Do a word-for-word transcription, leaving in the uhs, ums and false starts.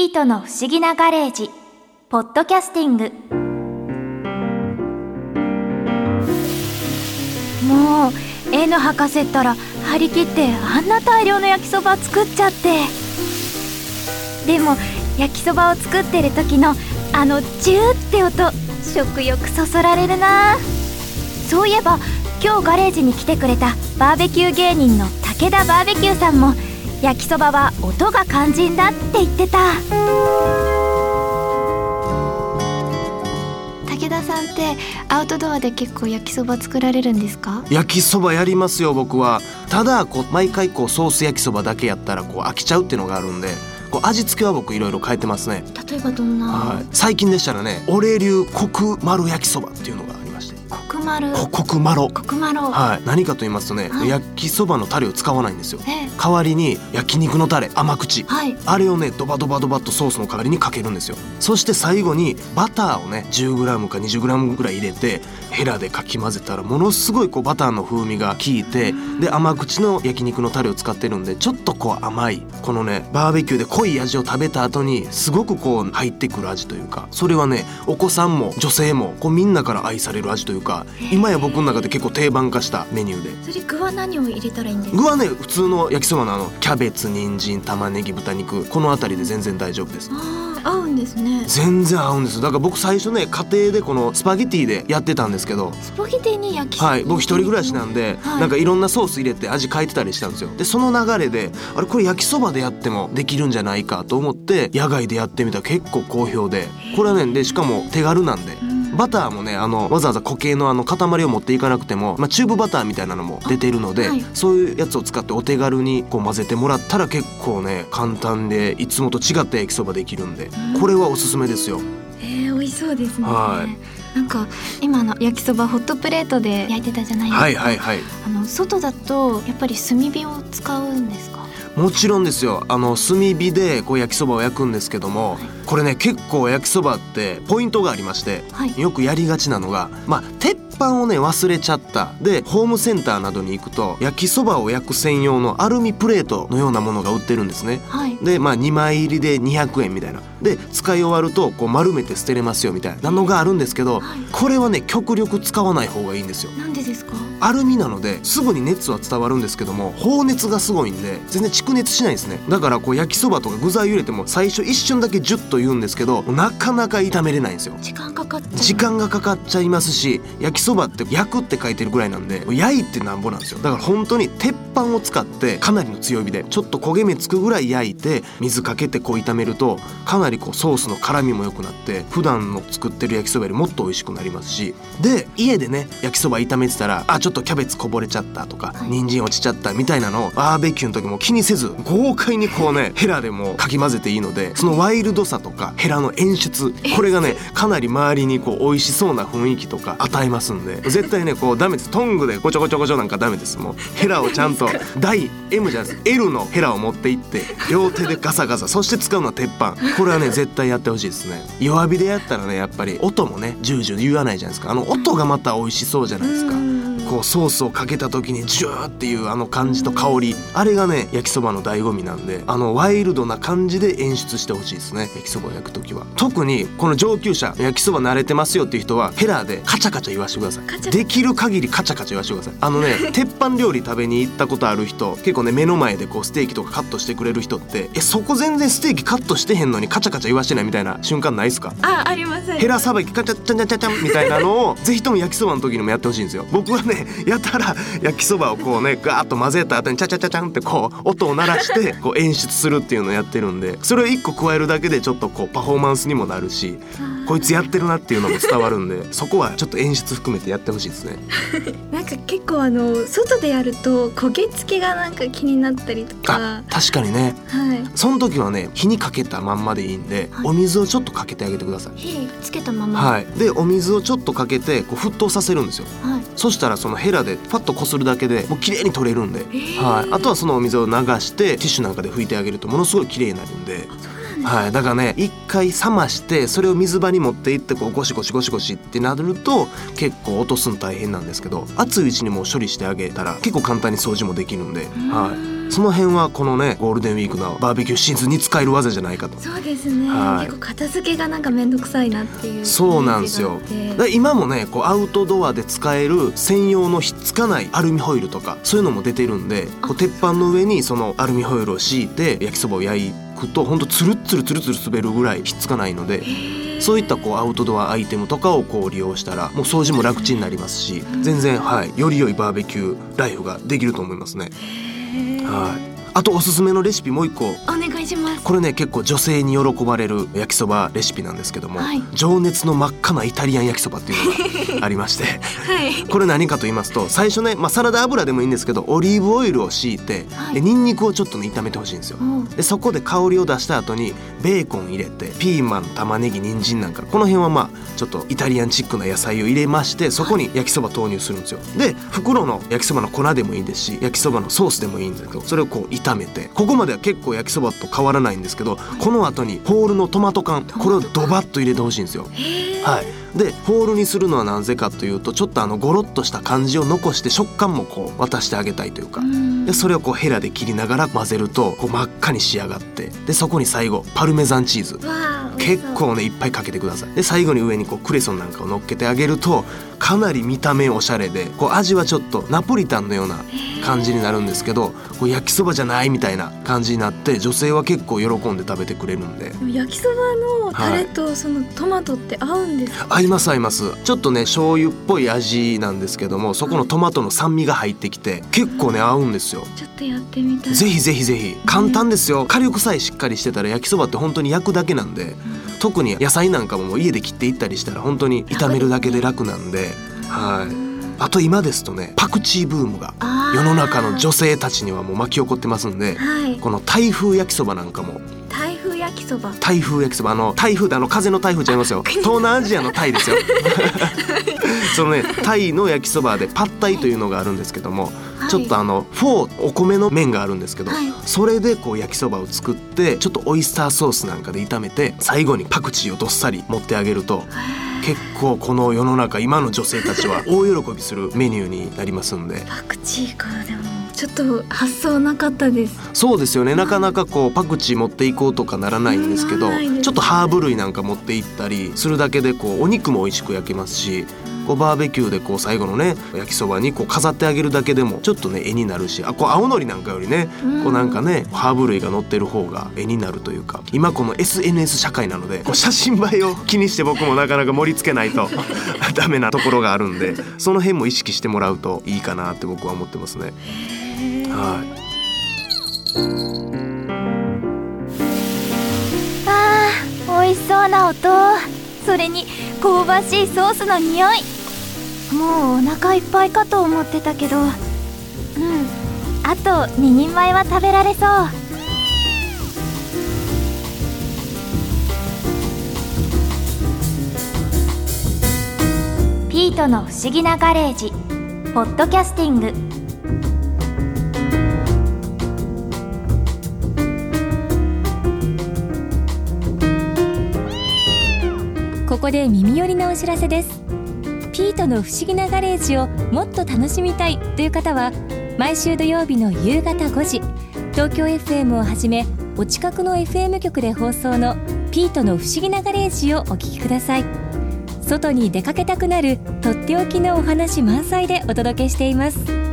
ートの不思議なガレージポッドキャスティング。もう N 博士ったら張り切ってあんな大量の焼きそば作っちゃって、でも焼きそばを作ってる時のあのジューって音、食欲そそられるな。そういえば今日ガレージに来てくれたバーベキュー芸人の武田バーベキューさんも焼きそばは音が肝心だって言ってた。 武田さんってアウトドアで結構焼きそば作られるんですか？ 焼きそばやりますよ僕は。ただこう毎回こうソース焼きそばだけやったらこう飽きちゃうっていうのがあるんで、こう味付けは僕いろいろ変えてますね。 例えばどんな？ はい、最近でしたらね、俺流コクマロ焼きそばっていうのがありまして。 コクマロコクマロコクマロ、 はい、何かと言いますとね、 はい、 焼きそばのタレを使わないんですよ。 ええ、 代わりに焼肉のタレ、甘口、 はい、 あれをねドバドバドバっとソースの代わりにかけるんですよ。そして最後にバターをね じゅうグラム か にじゅうグラム ぐらい入れてヘラでかき混ぜたらものすごいこうバターの風味が効いて、で甘口の焼肉のタレを使ってるんでちょっとこう甘い、このねバーベキューで濃い味を食べた後にすごくこう入ってくる味というか、それはねお子さんも女性もこうみんなから愛される味というか、今や僕の中で結構定番化したメニューで。 それ具は何を入れたらいいんですか？ 具はね普通の焼きそばのあのキャベツ、人参、玉ねぎ、豚肉、このあたりで全然大丈夫です。 あー、合うんですね。 全然合うんです。だから僕最初ね家庭でこのスパゲティでやってたんですけど、 スパゲティに焼きそば、 はい、僕一人暮らしなんで、はい、なんかいろんなソース入れて味変えてたりしたんですよ。でその流れであれこれ焼きそばでやってもできるんじゃないかと思って野外でやってみたら結構好評で、これはねでしかも手軽なんで、バターもねあのわざわざ固形のあの塊を持っていかなくても、まあ、チューブバターみたいなのも出ているので、はい、そういうやつを使ってお手軽にこう混ぜてもらったら結構ね簡単でいつもと違った焼きそばできるんで、これはおすすめですよ。 えー、美味しそうですね。 はい、 なんか今の焼きそばホットプレートで焼いてたじゃないですか。 はいはいはい。 あの外だとやっぱり炭火を使うんですか？ もちろんですよ。あの炭火でこう焼きそばを焼くんですけども、はい、これね結構焼きそばってポイントがありまして、はい、よくやりがちなのが、まあ鉄板をね忘れちゃったでホームセンターなどに行くと焼きそばを焼く専用のアルミプレートのようなものが売ってるんですね。はい、でまあにまい入りでにひゃくえんみたいなで使い終わるとこう丸めて捨てれますよみたいなのがあるんですけど、はい、これはね極力使わない方がいいんですよ。 なんでですか？ アルミなのですぐに熱は伝わるんですけども放熱がすごいんで全然蓄熱しないんですね。だからこう焼きそばとか具材入れても最初一瞬だけジュッと言うんですけどなかなか炒めれないんですよ。 時間かかっちゃう。 時間がかかっちゃいますし、焼きそばって焼くって書いてるぐらいなんで焼いてなんぼなんですよ。だから本当に鉄板を使ってかなりの強火でちょっと焦げ目つくぐらい焼いて水かけてこう炒めるとかなりこうソースの辛みも良くなって普段の作ってる焼きそばよりもっと美味しくなりますし、で家でね焼きそば炒めてたらあちょっとキャベツこぼれちゃったとか、はい、人参落ちちゃったみたいなのをバーベキューの時も気にせず豪快にこうねヘラでもかき混ぜていいので、そのワイルドさとかヘラの演出、これがねかなり周りにこう美味しそうな雰囲気とか与えますんで、絶対ねこうダメです。トングでごちょごちょごちょなんかダメです。もうヘラをちゃんと大 M じゃないです L のヘラを持っていって両手でガサガサ、そして使うのは鉄板。これはね絶対やってほしいですね。弱火でやったらねやっぱり音もねジュージュー言わないじゃないですか。あの音がまた美味しそうじゃないですか。こうソースをかけた時にジューっていうあの感じと香り、あれがね焼きそばの醍醐味なんで、あのワイルドな感じで演出してほしいですね。焼きそばを焼く時は特にこの上級者焼きそば慣れてますよっていう人はヘラでカチャカチャ言わしてください。できる限りカチャカチャ言わしてください。あのね鉄板料理食べに行ったことある人結構ね目の前でこうステーキとかカットしてくれる人ってえそこ全然ステーキカットしてへんのにカチャカチャ言わしてないみたいな瞬間ないですか？ あ、あります。 ヘラさばきカチャチャチャチャチャみたいなのをぜひとも焼きそばの時にもやってほしいんですよ。僕はねやたら焼きそばをこうねガーッと混ぜた後にチャチャチャチャンってこう音を鳴らしてこう演出するっていうのをやってるんで、それを一個加えるだけでちょっとこうパフォーマンスにもなるしこいつやってるなっていうのも伝わるんでそこはちょっと演出含めてやってほしいですね。 なんか結構あの外でやると焦げ付きがなんか気になったりとか。 あ、確かにね、 はい、 その時はね火にかけたまんまでいいんで、はい、お水をちょっとかけてあげてください。 火つけたまま、 はい、でお水をちょっとかけてこう沸騰させるんですよ。はい、そしたらそのヘラでパッとこするだけでもう綺麗に取れるんで、はい、あとはそのお水を流してティッシュなんかで拭いてあげるとものすごい綺麗になるんで。はい、だからね一回冷ましてそれを水場に持っていってこうゴシゴシゴシゴシってなると結構落とすの大変なんですけど、熱いうちにもう処理してあげたら結構簡単に掃除もできるんで、はい、 その辺はこのねゴールデンウィークのバーベキューシーズンに使える技じゃないかと。 そうですね、はい、結構片付けがなんかめんどくさいなっていう。 そうなんですよ。で今もねこうアウトドアで使える専用のひっつかないアルミホイルとかそういうのも出てるんで、こう鉄板の上にそのアルミホイルを敷いて焼きそばを焼くとほんとツルッツルツルツル滑るぐらいひっつかないので、そういったこうアウトドアアイテムとかをこう利用したらもう掃除も楽ちんになりますし、全然、はい、より良いバーベキューライフができると思いますね。はい。あとおすすめのレシピもう一個お願いします。 これね結構女性に喜ばれる焼きそばレシピなんですけども、 はい、 情熱の真っ赤なイタリアン焼きそばっていうのがありまして、 はい、 これ何かと言いますと最初ね、まあ、サラダ油でもいいんですけどオリーブオイルを敷いて、はい、でニンニクをちょっとね炒めてほしいんですよ。でそこで香りを出した後にベーコン入れてピーマン玉ねぎ人参なんかこの辺はまあちょっとイタリアンチックな野菜を入れましてそこに焼きそば投入するんですよ。で袋の焼きそばの粉でもいいですし焼きそばのソースでもいいんですけどそれをこう炒めてここまでは結構焼きそばと変わらないんですけど、この後にホールのトマト缶これをドバッと入れてほしいんですよ。はい、でホールにするのはなぜかというとちょっとあのゴロッとした感じを残して食感もこう渡してあげたいというか、でそれをこうヘラで切りながら混ぜるとこう真っ赤に仕上がって、でそこに最後パルメザンチーズ結構ねいっぱいかけてください。で最後に上にこうクレソンなんかを乗っけてあげるとかなり見た目おしゃれでこう味はちょっとナポリタンのような感じになるんですけどこう焼きそばじゃないみたいな感じになって女性は結構喜んで食べてくれるんで。 でも焼きそばのタレとそのトマトって合うんですか？ 合います合います。ちょっとね醤油っぽい味なんですけどもそこのトマトの酸味が入ってきて結構ね合うんですよ。 ちょっとやってみたい。 ぜひぜひぜひ簡単ですよ。火力さえしっかりしてたら焼きそばって本当に焼くだけなんで、特に野菜なんかももう家で切っていったりしたら本当に炒めるだけで楽なんで、はい。あと今ですとねパクチーブームが世の中の女性たちにはもう巻き起こってますんで、 はい、 この台風焼きそばなんかも台風焼きそば台風焼きそばあの台風ってあの風の台風ちゃいますよ。東南アジアのタイですよそのねタイの焼きそばでパッタイというのがあるんですけども、はい、ちょっとあのフォーお米の麺があるんですけど、はい、それでこう焼きそばを作ってちょっとオイスターソースなんかで炒めて最後にパクチーをどっさり持ってあげると結構この世の中今の女性たちは大喜びするメニューになりますんで。 パクチーか。でもちょっと発想なかったです。 そうですよね。なかなかこうパクチー持っていこうとかならないんですけど、うん、ちょっとハーブ類なんか持っていったりするだけでこうお肉も美味しく焼けますし、こうバーベキューでこう最後のね焼きそばにこう飾ってあげるだけでもちょっとね絵になるし、あこう青のりなんかよりね、うん、こうなんかねハーブ類が乗ってる方が絵になるというか、今この エスエヌエス 社会なのでこう写真映えを気にして僕もなかなか盛り付けないとダメなところがあるんで、その辺も意識してもらうといいかなって僕は思ってますね。はい。 あー美味しそうな音、それに香ばしいソースの匂い。もうお腹いっぱいかと思ってたけど、うんあとににんまえは食べられそう。ピートの不思議なガレージポッドキャスティング。 ここで耳寄りなお知らせです。ピートの不思議なガレージをもっと楽しみたいという方は毎週土曜日の夕方ごじ東京 エフエム をはじめお近くの エフエム 局で放送のピートの不思議なガレージをお聞きください。外に出かけたくなるとっておきのお話満載でお届けしています。